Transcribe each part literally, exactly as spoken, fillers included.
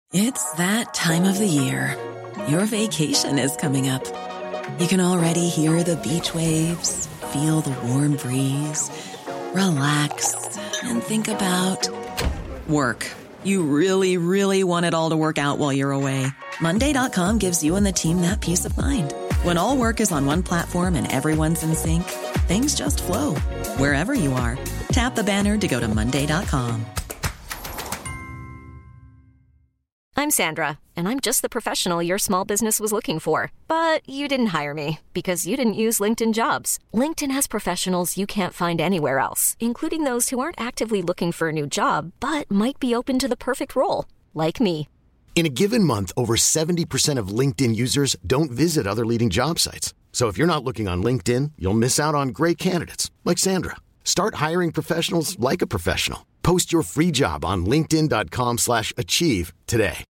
It's that time of the year. Your vacation is coming up. You can already hear the beach waves, feel the warm breeze, relax, and think about work. You really, really want it all to work out while you're away. Monday dot com gives you and the team that peace of mind. When all work is on one platform and everyone's in sync, things just flow. Wherever you are, tap the banner to go to Monday dot com. I'm Sandra, and I'm just the professional your small business was looking for. But you didn't hire me because you didn't use LinkedIn Jobs. LinkedIn has professionals you can't find anywhere else, including those who aren't actively looking for a new job, but might be open to the perfect role, like me. In a given month, over seventy percent of LinkedIn users don't visit other leading job sites. So if you're not looking on LinkedIn, you'll miss out on great candidates like Sandra. Start hiring professionals like a professional. Post your free job on linkedin dot com slash achieve today.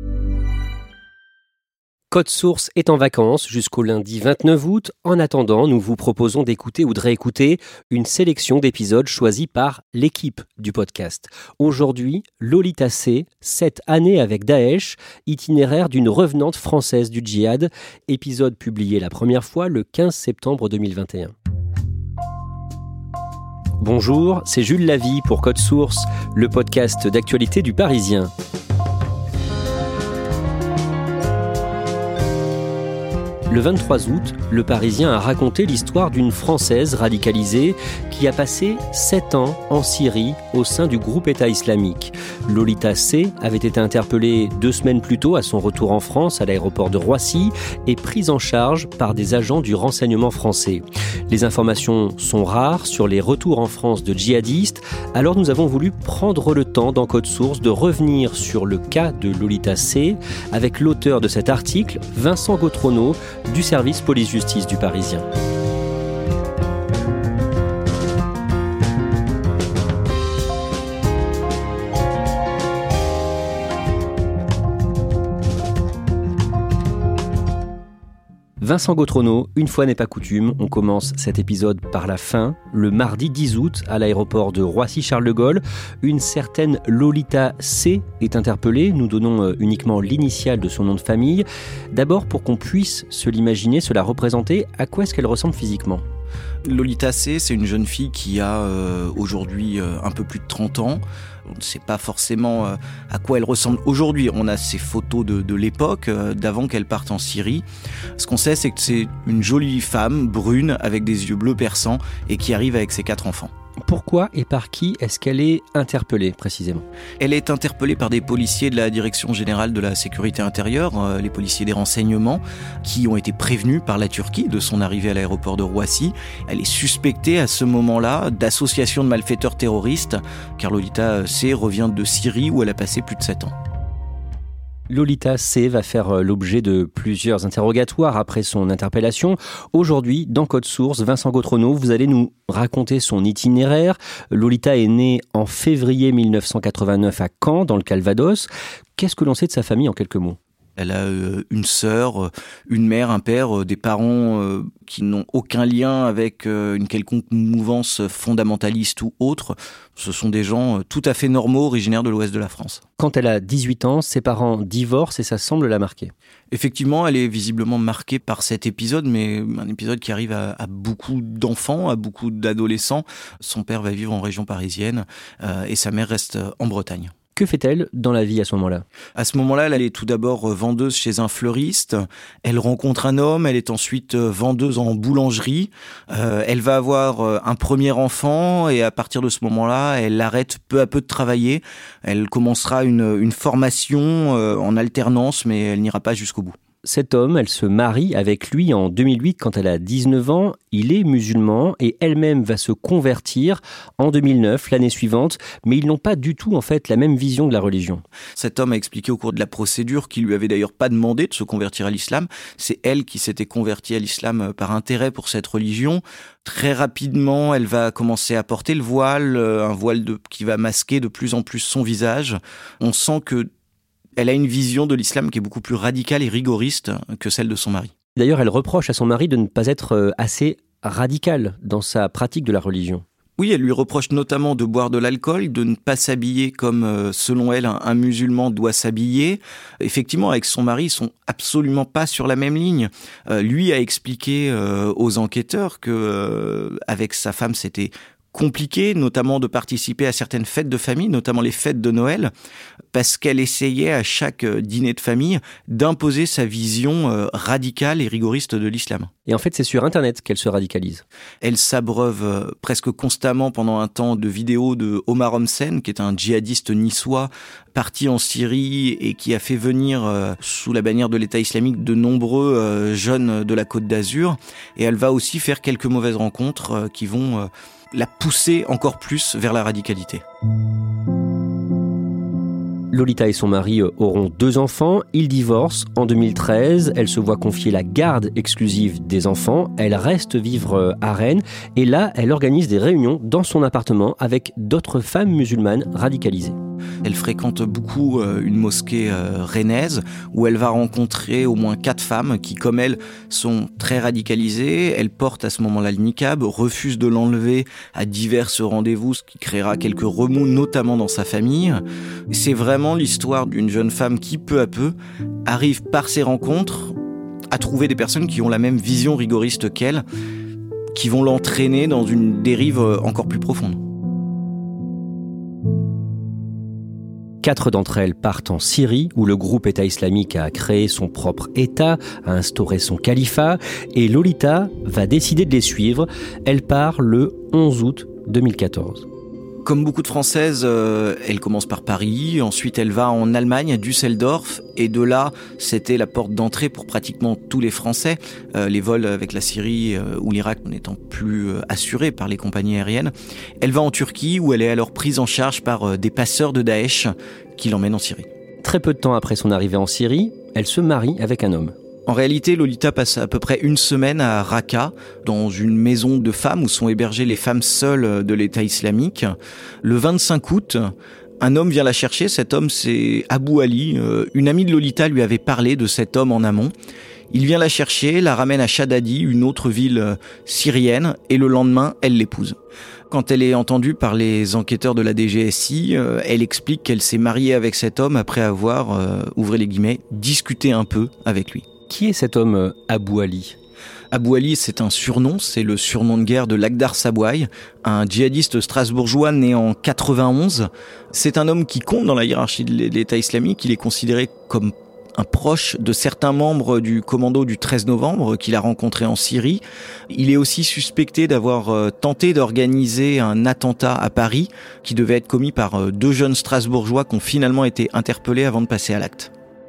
Code Source est en vacances jusqu'au lundi vingt-neuf août. En attendant, nous vous proposons d'écouter ou de réécouter une sélection d'épisodes choisis par l'équipe du podcast. Aujourd'hui, Lolita C, sept années avec Daesh, itinéraire d'une revenante française du djihad, épisode publié la première fois le quinze septembre deux mille vingt et un. Bonjour, c'est Jules Lavie pour Code Source, le podcast d'actualité du Parisien. Le vingt-trois août, Le Parisien a raconté l'histoire d'une Française radicalisée qui a passé sept ans en Syrie au sein du groupe État islamique. Lolita C avait été interpellée deux semaines plus tôt à son retour en France à l'aéroport de Roissy et prise en charge par des agents du renseignement français. Les informations sont rares sur les retours en France de djihadistes, alors nous avons voulu prendre le temps dans Code Source de revenir sur le cas de Lolita C avec l'auteur de cet article, Vincent Gautrono, du service police-justice du Parisien. Vincent Gautrono, une fois n'est pas coutume, on commence cet épisode par la fin. Le mardi dix août, à l'aéroport de Roissy-Charles de Gaulle, une certaine Lolita C est interpellée. Nous donnons uniquement l'initiale de son nom de famille. D'abord, pour qu'on puisse se l'imaginer, se la représenter, à quoi est-ce qu'elle ressemble physiquement ? Lolita C, c'est une jeune fille qui a euh, aujourd'hui euh, un peu plus de trente ans. On ne sait pas forcément euh, à quoi elle ressemble aujourd'hui. On a ses photos de, de l'époque, euh, d'avant qu'elle parte en Syrie. Ce qu'on sait, c'est que c'est une jolie femme, brune, avec des yeux bleus perçants, et qui arrive avec ses quatre enfants. Pourquoi et par qui est-ce qu'elle est interpellée précisément ? Elle est interpellée par des policiers de la Direction Générale de la Sécurité Intérieure, euh, les policiers des renseignements, qui ont été prévenus par la Turquie de son arrivée à l'aéroport de Roissy. Elle est suspectée à ce moment-là d'association de malfaiteurs terroristes, car Lolita C revient de Syrie où elle a passé plus de sept ans. Lolita C va faire l'objet de plusieurs interrogatoires après son interpellation. Aujourd'hui, dans Code Source, Vincent Gautrono, vous allez nous raconter son itinéraire. Lolita est née en février mille neuf cent quatre-vingt-neuf à Caen, dans le Calvados. Qu'est-ce que l'on sait de sa famille en quelques mots ? Elle a une sœur, une mère, un père, des parents qui n'ont aucun lien avec une quelconque mouvance fondamentaliste ou autre. Ce sont des gens tout à fait normaux, originaires de l'ouest de la France. Quand elle a dix-huit ans, ses parents divorcent et ça semble la marquer. Effectivement, elle est visiblement marquée par cet épisode, mais un épisode qui arrive à, à beaucoup d'enfants, à beaucoup d'adolescents. Son père va vivre en région parisienne euh, et sa mère reste en Bretagne. Que fait-elle dans la vie à ce moment-là ? À ce moment-là, elle est tout d'abord vendeuse chez un fleuriste. Elle rencontre un homme. Elle est ensuite vendeuse en boulangerie. Euh, elle va avoir un premier enfant et à partir de ce moment-là, elle arrête peu à peu de travailler. Elle commencera une, une formation euh, en alternance, mais elle n'ira pas jusqu'au bout. Cet homme, elle se marie avec lui en deux mille huit quand elle a dix-neuf ans. Il est musulman et elle-même va se convertir en deux mille neuf, l'année suivante. Mais ils n'ont pas du tout en fait la même vision de la religion. Cet homme a expliqué au cours de la procédure qu'il lui avait d'ailleurs pas demandé de se convertir à l'islam. C'est elle qui s'était convertie à l'islam par intérêt pour cette religion. Très rapidement, elle va commencer à porter le voile, un voile de, qui va masquer de plus en plus son visage. On sent que elle a une vision de l'islam qui est beaucoup plus radicale et rigoriste que celle de son mari. D'ailleurs, elle reproche à son mari de ne pas être assez radicale dans sa pratique de la religion. Oui, elle lui reproche notamment de boire de l'alcool, de ne pas s'habiller comme, euh, selon elle, un, un musulman doit s'habiller. Effectivement, avec son mari, ils sont absolument pas sur la même ligne. Euh, lui a expliqué euh, aux enquêteurs que euh, avec sa femme, c'était compliqué, notamment de participer à certaines fêtes de famille, notamment les fêtes de Noël, parce qu'elle essayait à chaque dîner de famille d'imposer sa vision euh, radicale et rigoriste de l'islam. Et en fait, c'est sur Internet qu'elle se radicalise. Elle s'abreuve euh, presque constamment pendant un temps de vidéos de Omar Homsen, qui est un djihadiste niçois parti en Syrie et qui a fait venir euh, sous la bannière de l'État islamique de nombreux euh, jeunes de la Côte d'Azur. Et elle va aussi faire quelques mauvaises rencontres euh, qui vont euh, la pousser encore plus vers la radicalité. Lolita et son mari auront deux enfants. Ils divorcent en deux mille treize. Elle se voit confier la garde exclusive des enfants. Elle reste vivre à Rennes. Et là, elle organise des réunions dans son appartement avec d'autres femmes musulmanes radicalisées. Elle fréquente beaucoup une mosquée rennaise où elle va rencontrer au moins quatre femmes qui, comme elle, sont très radicalisées. Elle porte à ce moment-là le niqab, refuse de l'enlever à divers rendez-vous, ce qui créera quelques remous, notamment dans sa famille. C'est vraiment l'histoire d'une jeune femme qui, peu à peu, arrive par ses rencontres à trouver des personnes qui ont la même vision rigoriste qu'elle, qui vont l'entraîner dans une dérive encore plus profonde. Quatre d'entre elles partent en Syrie, où le groupe État islamique a créé son propre État, a instauré son califat, et Lolita va décider de les suivre. Elle part le onze août deux mille quatorze. Comme beaucoup de Françaises, euh, elle commence par Paris, ensuite elle va en Allemagne, à Düsseldorf, et de là, c'était la porte d'entrée pour pratiquement tous les Français, euh, les vols avec la Syrie euh, ou l'Irak n'étant plus euh, assurés par les compagnies aériennes. Elle va en Turquie, où elle est alors prise en charge par euh, des passeurs de Daesh qui l'emmènent en Syrie. Très peu de temps après son arrivée en Syrie, elle se marie avec un homme. En réalité, Lolita passe à peu près une semaine à Raqqa, dans une maison de femmes où sont hébergées les femmes seules de l'État islamique. Le vingt-cinq août, un homme vient la chercher. Cet homme, c'est Abou Ali. Une amie de Lolita lui avait parlé de cet homme en amont. Il vient la chercher, la ramène à Shaddadi, une autre ville syrienne, et le lendemain, elle l'épouse. Quand elle est entendue par les enquêteurs de la D G S I, euh, elle explique qu'elle s'est mariée avec cet homme après avoir, euh, ouvrez les guillemets, discuté un peu avec lui. Qui est cet homme Abou Ali ? Abou Ali, c'est un surnom, c'est le surnom de guerre de Lakhdar Sabouai, un djihadiste strasbourgeois né en quatre-vingt-onze. C'est un homme qui compte dans la hiérarchie de l'État islamique. Il est considéré comme un proche de certains membres du commando du treize novembre qu'il a rencontré en Syrie. Il est aussi suspecté d'avoir tenté d'organiser un attentat à Paris qui devait être commis par deux jeunes strasbourgeois qui ont finalement été interpellés avant de passer à l'acte.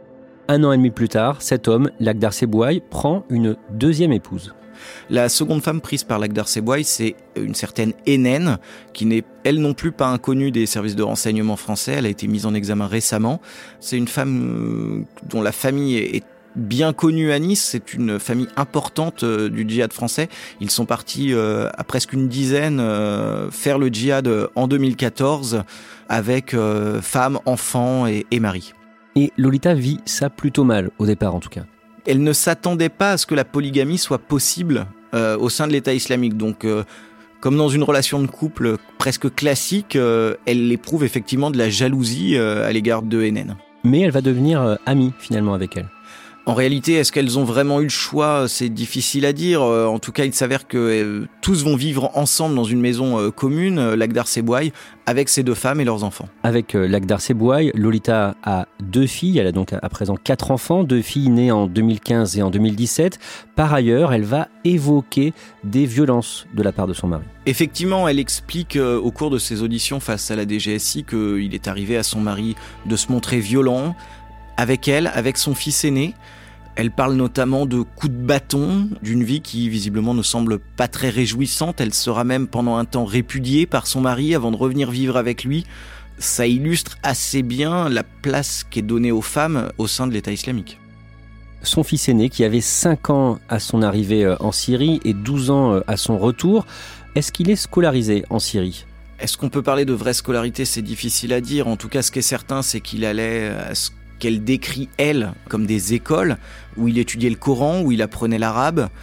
Un an et demi plus tard, cet homme, Lakhdar Sabouai, prend une deuxième épouse. La seconde femme prise par Lakhdar Sabouai, c'est une certaine Hénène, qui n'est elle non plus pas inconnue des services de renseignement français. Elle a été mise en examen récemment. C'est une femme dont la famille est bien connue à Nice. C'est une famille importante du djihad français. Ils sont partis à presque une dizaine faire le djihad en deux mille quatorze avec femmes, enfants et, et maris. Et Lolita vit ça plutôt mal, au départ en tout cas. Elle ne s'attendait pas à ce que la polygamie soit possible euh, au sein de l'État islamique. Donc, euh, comme dans une relation de couple presque classique, euh, elle éprouve effectivement de la jalousie euh, à l'égard de Hénène. Mais elle va devenir euh, amie finalement avec elle. En réalité, est-ce qu'elles ont vraiment eu le choix ? C'est difficile à dire. En tout cas, il s'avère que euh, tous vont vivre ensemble dans une maison euh, commune, euh, Lakhdar Sabouai, avec ses deux femmes et leurs enfants. Avec euh, Lakhdar Sabouai, Lolita a deux filles. Elle a donc à présent quatre enfants, deux filles nées en deux mille quinze et en deux mille dix-sept. Par ailleurs, elle va évoquer des violences de la part de son mari. Effectivement, elle explique euh, au cours de ses auditions face à la D G S I qu'il est arrivé à son mari de se montrer violent avec elle, avec son fils aîné. Elle parle notamment de coups de bâton, d'une vie qui visiblement ne semble pas très réjouissante. Elle sera même pendant un temps répudiée par son mari avant de revenir vivre avec lui. Ça illustre assez bien la place qui est donnée aux femmes au sein de l'État islamique. Son fils aîné, qui avait cinq ans à son arrivée en Syrie et douze ans à son retour, est-ce qu'il est scolarisé en Syrie ? Est-ce qu'on peut parler de vraie scolarité ? C'est difficile à dire. En tout cas, ce qui est certain, c'est qu'il allait à ce qu'elle décrit, elle, comme des écoles où il étudiait le Coran, où il apprenait l'arabe.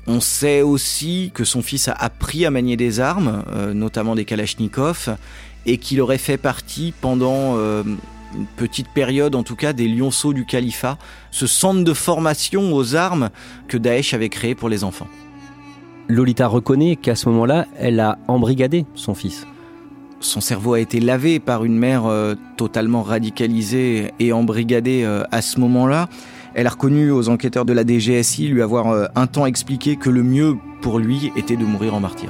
On sait aussi que son fils a appris à manier des armes, euh, notamment des kalachnikovs, et qu'il aurait fait partie pendant euh, une petite période, en tout cas, des lionceaux du califat, ce centre de formation aux armes que Daesh avait créé pour les enfants. Lolita reconnaît qu'à ce moment-là, elle a embrigadé son fils. Son cerveau a été lavé par une mère euh, totalement radicalisée et embrigadée euh, à ce moment-là. Elle a reconnu aux enquêteurs de la D G S I lui avoir euh, un temps expliqué que le mieux pour lui était de mourir en martyr.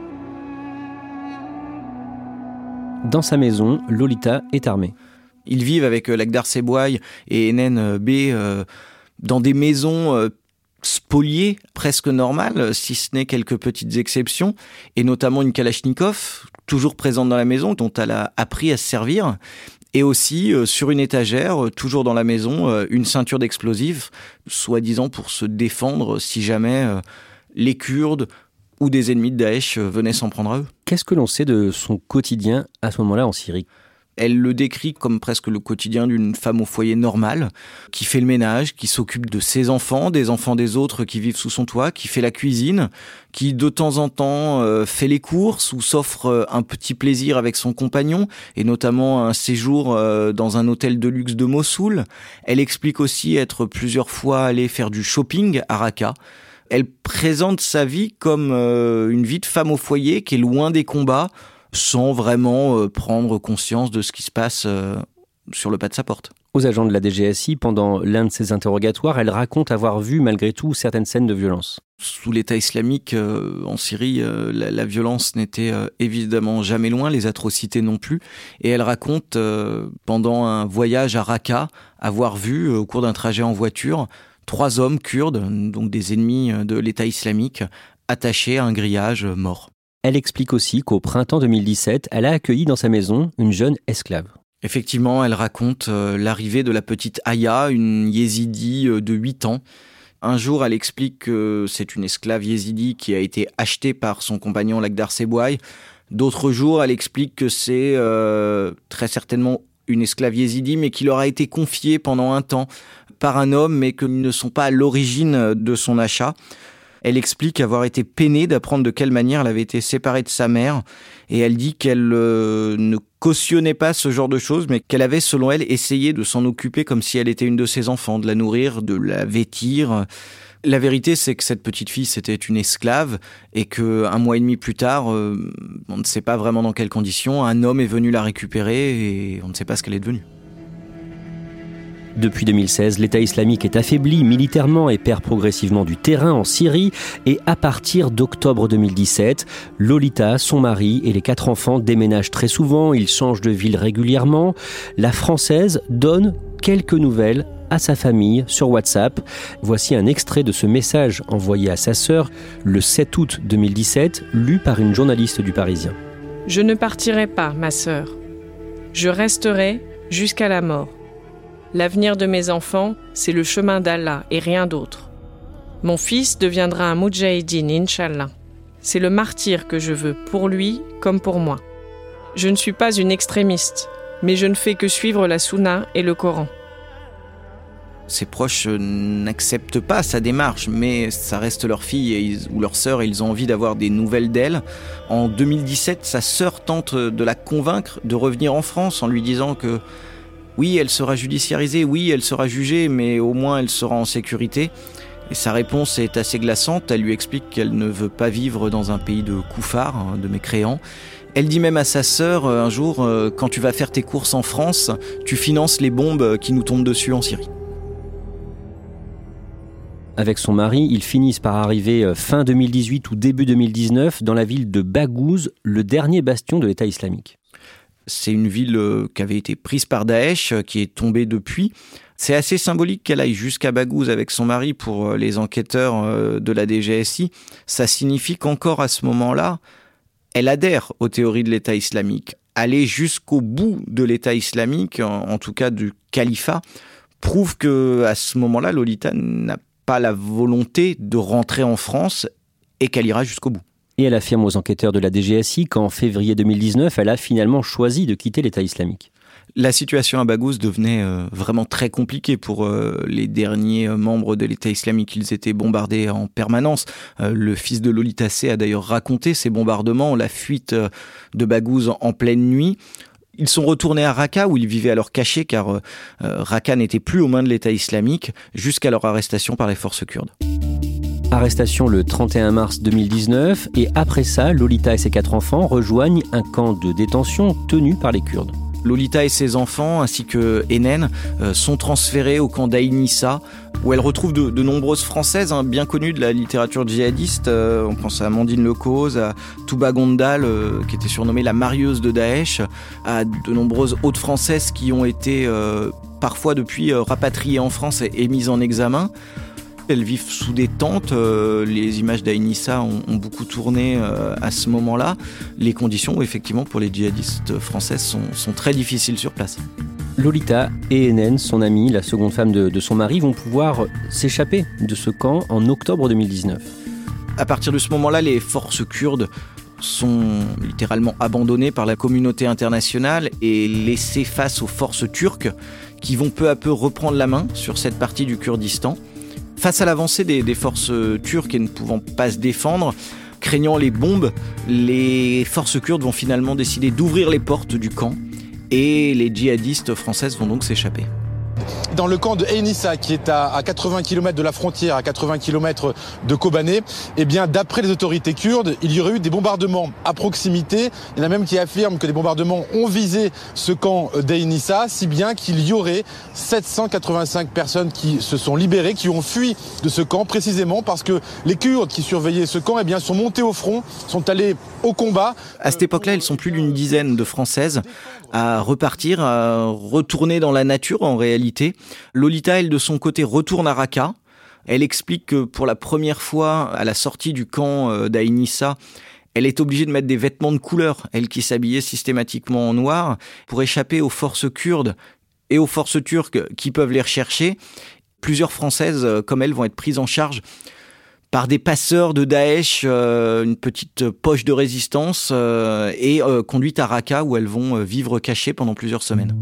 Dans sa maison, Lolita est armée. Ils vivent avec euh, Lakhdar Sebouaï et Henen B euh, dans des maisons euh, spoliées, presque normales, si ce n'est quelques petites exceptions, et notamment une Kalachnikov, toujours présente dans la maison, dont elle a appris à se servir, et aussi euh, sur une étagère, euh, toujours dans la maison, euh, une ceinture d'explosifs, soi-disant pour se défendre si jamais euh, les Kurdes ou des ennemis de Daesh euh, venaient s'en prendre à eux. Qu'est-ce que l'on sait de son quotidien à ce moment-là en Syrie ? Elle le décrit comme presque le quotidien d'une femme au foyer normale, qui fait le ménage, qui s'occupe de ses enfants, des enfants des autres qui vivent sous son toit, qui fait la cuisine, qui de temps en temps euh, fait les courses ou s'offre euh, un petit plaisir avec son compagnon, et notamment un séjour euh, dans un hôtel de luxe de Mossoul. Elle explique aussi être plusieurs fois allée faire du shopping à Raqqa. Elle présente sa vie comme euh, une vie de femme au foyer qui est loin des combats, sans vraiment euh, prendre conscience de ce qui se passe euh, sur le pas de sa porte. Aux agents de la D G S I, pendant l'un de ses interrogatoires, elle raconte avoir vu malgré tout certaines scènes de violence. Sous l'État islamique euh, en Syrie, euh, la, la violence n'était euh, évidemment jamais loin, les atrocités non plus. Et elle raconte, euh, pendant un voyage à Raqqa, avoir vu, euh, au cours d'un trajet en voiture, trois hommes kurdes, donc des ennemis de l'État islamique, attachés à un grillage, euh, morts. Elle explique aussi qu'au printemps deux mille dix-sept, elle a accueilli dans sa maison une jeune esclave. Effectivement, elle raconte euh, l'arrivée de la petite Aya, une yézidi euh, de huit ans. Un jour, elle explique que c'est une esclave yézidi qui a été achetée par son compagnon Lakhdar Sebouaï. D'autres jours, elle explique que c'est euh, très certainement une esclave yézidi, mais qui leur a été confiée pendant un temps par un homme, mais qu'ils ne sont pas à l'origine de son achat. Elle explique avoir été peinée d'apprendre de quelle manière elle avait été séparée de sa mère, et elle dit qu'elle euh, ne cautionnait pas ce genre de choses, mais qu'elle avait, selon elle, essayé de s'en occuper comme si elle était une de ses enfants, de la nourrir, de la vêtir. La vérité, c'est que cette petite fille, c'était une esclave, et qu'un mois et demi plus tard, euh, on ne sait pas vraiment dans quelles conditions, un homme est venu la récupérer, et on ne sait pas ce qu'elle est devenue. Depuis deux mille seize, l'État islamique est affaibli militairement et perd progressivement du terrain en Syrie. Et à partir d'octobre deux mille dix-sept, Lolita, son mari et les quatre enfants déménagent très souvent. Ils changent de ville régulièrement. La Française donne quelques nouvelles à sa famille sur WhatsApp. Voici un extrait de ce message envoyé à sa sœur le sept août deux mille dix-sept, lu par une journaliste du Parisien. « Je ne partirai pas, ma sœur. Je resterai jusqu'à la mort. L'avenir de mes enfants, c'est le chemin d'Allah et rien d'autre. Mon fils deviendra un moudjahidin, Inch'Allah. C'est le martyr que je veux, pour lui comme pour moi. Je ne suis pas une extrémiste, mais je ne fais que suivre la Sunna et le Coran. » Ses proches n'acceptent pas sa démarche, mais ça reste leur fille et ils, ou leur sœur, et ils ont envie d'avoir des nouvelles d'elle. En deux mille dix-sept, sa sœur tente de la convaincre de revenir en France en lui disant que oui, elle sera judiciarisée, oui, elle sera jugée, mais au moins elle sera en sécurité. Et sa réponse est assez glaçante. Elle lui explique qu'elle ne veut pas vivre dans un pays de koufars, hein, de mécréants. Elle dit même à sa sœur un jour, euh, quand tu vas faire tes courses en France, tu finances les bombes qui nous tombent dessus en Syrie. Avec son mari, ils finissent par arriver fin deux mille dix-huit ou début deux mille dix-neuf dans la ville de Baghouz, le dernier bastion de l'État islamique. C'est une ville qui avait été prise par Daesh, qui est tombée depuis. C'est assez symbolique qu'elle aille jusqu'à Baghouz avec son mari pour les enquêteurs de la D G S I. Ça signifie qu'encore à ce moment-là, elle adhère aux théories de l'État islamique. Aller jusqu'au bout de l'État islamique, en tout cas du califat, prouve qu'à ce moment-là, Lolita n'a pas la volonté de rentrer en France et qu'elle ira jusqu'au bout. Et elle affirme aux enquêteurs de la D G S I qu'en février deux mille dix-neuf, elle a finalement choisi de quitter l'État islamique. La situation à Baghouz devenait euh, vraiment très compliquée pour euh, les derniers membres de l'État islamique. Ils étaient bombardés en permanence. Euh, le fils de Lolita C a d'ailleurs raconté ces bombardements, la fuite euh, de Baghouz en, en pleine nuit. Ils sont retournés à Raqqa où ils vivaient alors cachés car euh, Raqqa n'était plus aux mains de l'État islamique jusqu'à leur arrestation par les forces kurdes. Arrestation le trente et un mars deux mille dix-neuf et après ça, Lolita et ses quatre enfants rejoignent un camp de détention tenu par les Kurdes. Lolita et ses enfants, ainsi que Hénène, euh, sont transférés au camp d'Ain Issa, où elle retrouve de, de nombreuses Françaises hein, bien connues de la littérature djihadiste. Euh, on pense à Amandine Lecause, à Touba Gondal, euh, qui était surnommée la marieuse de Daesh, à de nombreuses autres Françaises qui ont été euh, parfois depuis euh, rapatriées en France et, et mises en examen. Elles vivent sous des tentes, euh, les images d'Ain Issa ont, ont beaucoup tourné euh, à ce moment-là. Les conditions, effectivement, pour les djihadistes françaises sont, sont très difficiles sur place. Lolita et Hénène, son amie, la seconde femme de, de son mari, vont pouvoir s'échapper de ce camp en octobre deux mille dix-neuf. À partir de ce moment-là, les forces kurdes sont littéralement abandonnées par la communauté internationale et laissées face aux forces turques qui vont peu à peu reprendre la main sur cette partie du Kurdistan. Face à l'avancée des, des forces turques et ne pouvant pas se défendre, craignant les bombes, les forces kurdes vont finalement décider d'ouvrir les portes du camp et les djihadistes françaises vont donc s'échapper. Dans le camp de Ain Issa, qui est à, à quatre-vingts kilomètres de la frontière, à quatre-vingts kilomètres de Kobané, eh bien, d'après les autorités kurdes, il y aurait eu des bombardements à proximité. Il y en a même qui affirment que des bombardements ont visé ce camp d'Ain Issa, si bien qu'il y aurait sept cent quatre-vingt-cinq personnes qui se sont libérées, qui ont fui de ce camp, précisément parce que les Kurdes qui surveillaient ce camp, eh bien, sont montés au front, sont allés au combat. À cette époque-là, ils sont plus d'une dizaine de Françaises à repartir, à retourner dans la nature en réalité. Lolita, elle, de son côté, retourne à Raqqa. Elle explique que pour la première fois, à la sortie du camp d'Ain Issa, elle est obligée de mettre des vêtements de couleur, elle qui s'habillait systématiquement en noir, pour échapper aux forces kurdes et aux forces turques qui peuvent les rechercher. Plusieurs Françaises, comme elle, vont être prises en charge par des passeurs de Daesh, euh, une petite poche de résistance, euh, et euh, conduites à Raqqa où elles vont euh, vivre cachées pendant plusieurs semaines.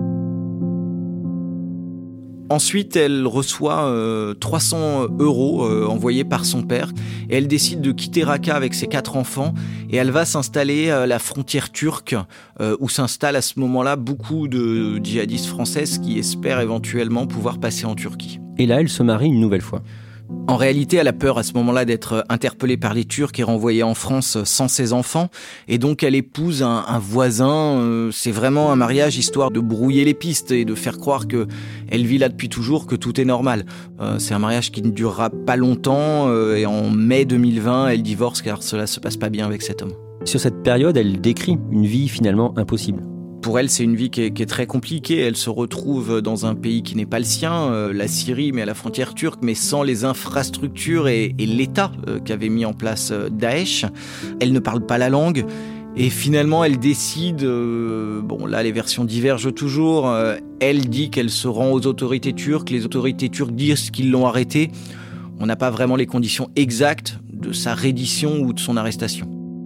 Ensuite, elle reçoit euh, trois cents euros euh, envoyés par son père et elle décide de quitter Raqqa avec ses quatre enfants et elle va s'installer à la frontière turque euh, où s'installent à ce moment-là beaucoup de djihadistes françaises qui espèrent éventuellement pouvoir passer en Turquie. Et là, elle se marie une nouvelle fois. En réalité, elle a peur à ce moment-là d'être interpellée par les Turcs et renvoyée en France sans ses enfants. Et donc, elle épouse un, un voisin. Euh, c'est vraiment un mariage histoire de brouiller les pistes et de faire croire qu'elle vit là depuis toujours, que tout est normal. Euh, c'est un mariage qui ne durera pas longtemps. Euh, et en mai deux mille vingt, elle divorce car cela se passe pas bien avec cet homme. Sur cette période, elle décrit une vie finalement impossible. Pour elle, c'est une vie qui est, qui est très compliquée. Elle se retrouve dans un pays qui n'est pas le sien, euh, la Syrie, mais à la frontière turque, mais sans les infrastructures et, et l'État euh, qu'avait mis en place euh, Daesh. Elle ne parle pas la langue. Et finalement, elle décide, euh, bon là les versions divergent toujours, euh, elle dit qu'elle se rend aux autorités turques, les autorités turques disent qu'ils l'ont arrêtée. On n'a pas vraiment les conditions exactes de sa reddition ou de son arrestation.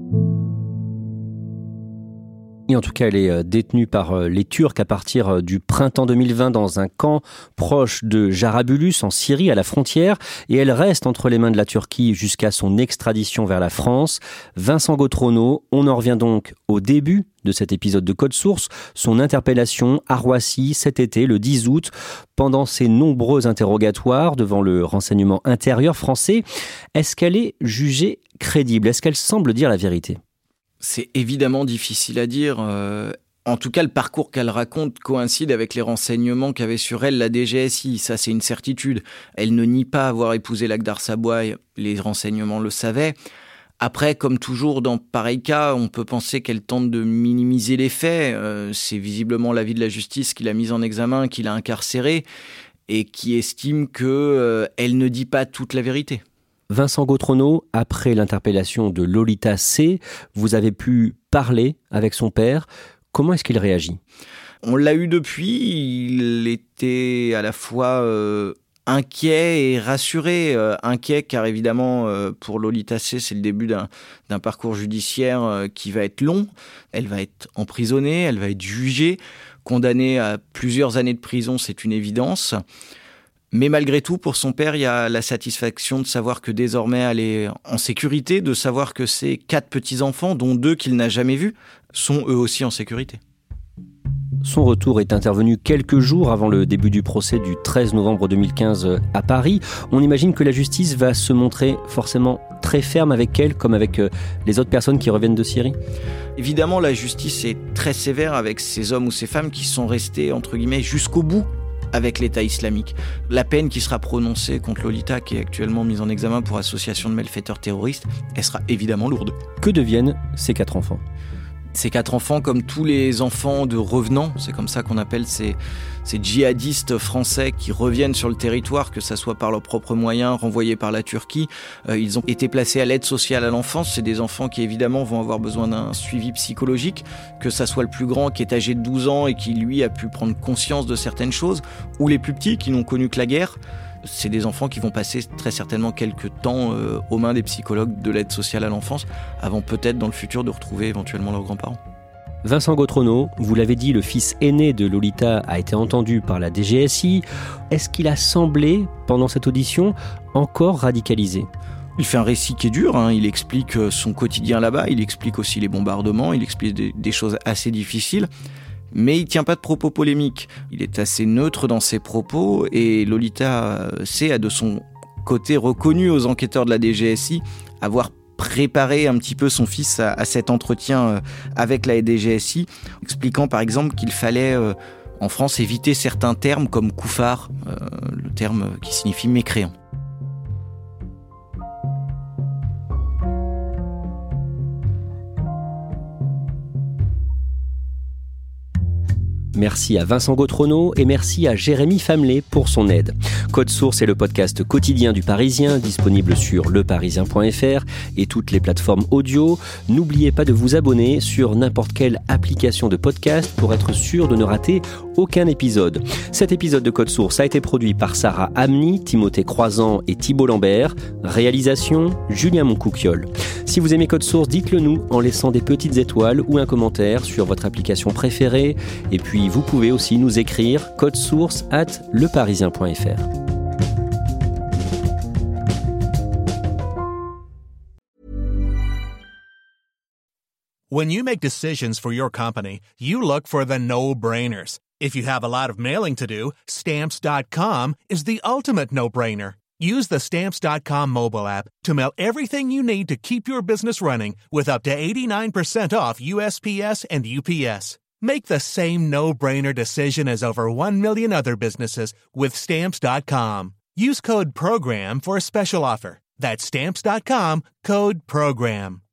Et en tout cas, elle est détenue par les Turcs à partir du printemps deux mille vingt dans un camp proche de Jarabulus en Syrie, à la frontière. Et elle reste entre les mains de la Turquie jusqu'à son extradition vers la France. Vincent Gautrono, on en revient donc au début de cet épisode de Code Source, son interpellation à Roissy cet été, le dix août, pendant ses nombreux interrogatoires devant le renseignement intérieur français. Est-ce qu'elle est jugée crédible ? Est-ce qu'elle semble dire la vérité ? C'est évidemment difficile à dire. Euh, en tout cas, le parcours qu'elle raconte coïncide avec les renseignements qu'avait sur elle la D G S I. Ça, c'est une certitude. Elle ne nie pas avoir épousé Lakhdar Sabouai. Les renseignements le savaient. Après, comme toujours dans pareil cas, on peut penser qu'elle tente de minimiser les faits. Euh, c'est visiblement l'avis de la justice qui l'a mise en examen, qui l'a incarcérée et qui estime qu'elle euh, ne dit pas toute la vérité. Vincent Gautrono, après l'interpellation de Lolita C, vous avez pu parler avec son père. Comment est-ce qu'il réagit ? On l'a eu depuis. Il était à la fois euh, inquiet et rassuré. Euh, inquiet car évidemment, euh, pour Lolita C, c'est le début d'un, d'un parcours judiciaire euh, qui va être long. Elle va être emprisonnée, elle va être jugée. condamnée à plusieurs années de prison, c'est une évidence. Mais malgré tout, pour son père, il y a la satisfaction de savoir que désormais elle est en sécurité, de savoir que ses quatre petits-enfants, dont deux qu'il n'a jamais vus, sont eux aussi en sécurité. Son retour est intervenu quelques jours avant le début du procès du treize novembre deux mille quinze à Paris. On imagine que la justice va se montrer forcément très ferme avec elle, comme avec les autres personnes qui reviennent de Syrie. Évidemment, la justice est très sévère avec ces hommes ou ces femmes qui sont restés, entre guillemets, jusqu'au bout avec l'État islamique. La peine qui sera prononcée contre Lolita, qui est actuellement mise en examen pour association de malfaiteurs terroristes, elle sera évidemment lourde. Que deviennent ces quatre enfants ? Ces quatre enfants, comme tous les enfants de revenants, c'est comme ça qu'on appelle ces, ces djihadistes français qui reviennent sur le territoire, que ça soit par leurs propres moyens, renvoyés par la Turquie. Euh, ils ont été placés à l'aide sociale à l'enfance. C'est des enfants qui, évidemment, vont avoir besoin d'un suivi psychologique, que ça soit le plus grand qui est âgé de douze ans et qui, lui, a pu prendre conscience de certaines choses, ou les plus petits qui n'ont connu que la guerre. C'est des enfants qui vont passer très certainement quelques temps euh, aux mains des psychologues de l'aide sociale à l'enfance, avant peut-être dans le futur de retrouver éventuellement leurs grands-parents. Vincent Gautrono, vous l'avez dit, le fils aîné de Lolita a été entendu par la D G S I. Est-ce qu'il a semblé, pendant cette audition, encore radicalisé ? Il fait un récit qui est dur, hein. Il explique son quotidien là-bas, il explique aussi les bombardements, il explique des, des choses assez difficiles. Mais il ne tient pas de propos polémiques. Il est assez neutre dans ses propos et Lolita C a de son côté reconnu aux enquêteurs de la D G S I avoir préparé un petit peu son fils à, à cet entretien avec la D G S I, expliquant par exemple qu'il fallait en France éviter certains termes comme couffard, euh, le terme qui signifie mécréant. Merci à Vincent Gautrono et merci à Jérémy Famelé pour son aide. Code Source est le podcast quotidien du Parisien, disponible sur leparisien point f r et toutes les plateformes audio. N'oubliez pas de vous abonner sur n'importe quelle application de podcast pour être sûr de ne rater aucun épisode. Cet épisode de Code Source a été produit par Sarah Amni, Timothée Croizan et Thibault Lambert. Réalisation, Julien Moncouquiol. Si vous aimez Code Source, dites-le nous en laissant des petites étoiles ou un commentaire sur votre application préférée. Et puis, vous pouvez aussi nous écrire code source arobase leparisien point f r. When you make decisions for your company, you look for the no-brainers. If you have a lot of mailing to do, stamps dot com is the ultimate no-brainer. Use the stamps dot com mobile app to mail everything you need to keep your business running with up to eighty-nine percent off U S P S and U P S. Make the same no-brainer decision as over one million other businesses with stamps dot com. Use code PROGRAM for a special offer. That's stamps dot com, code PROGRAM.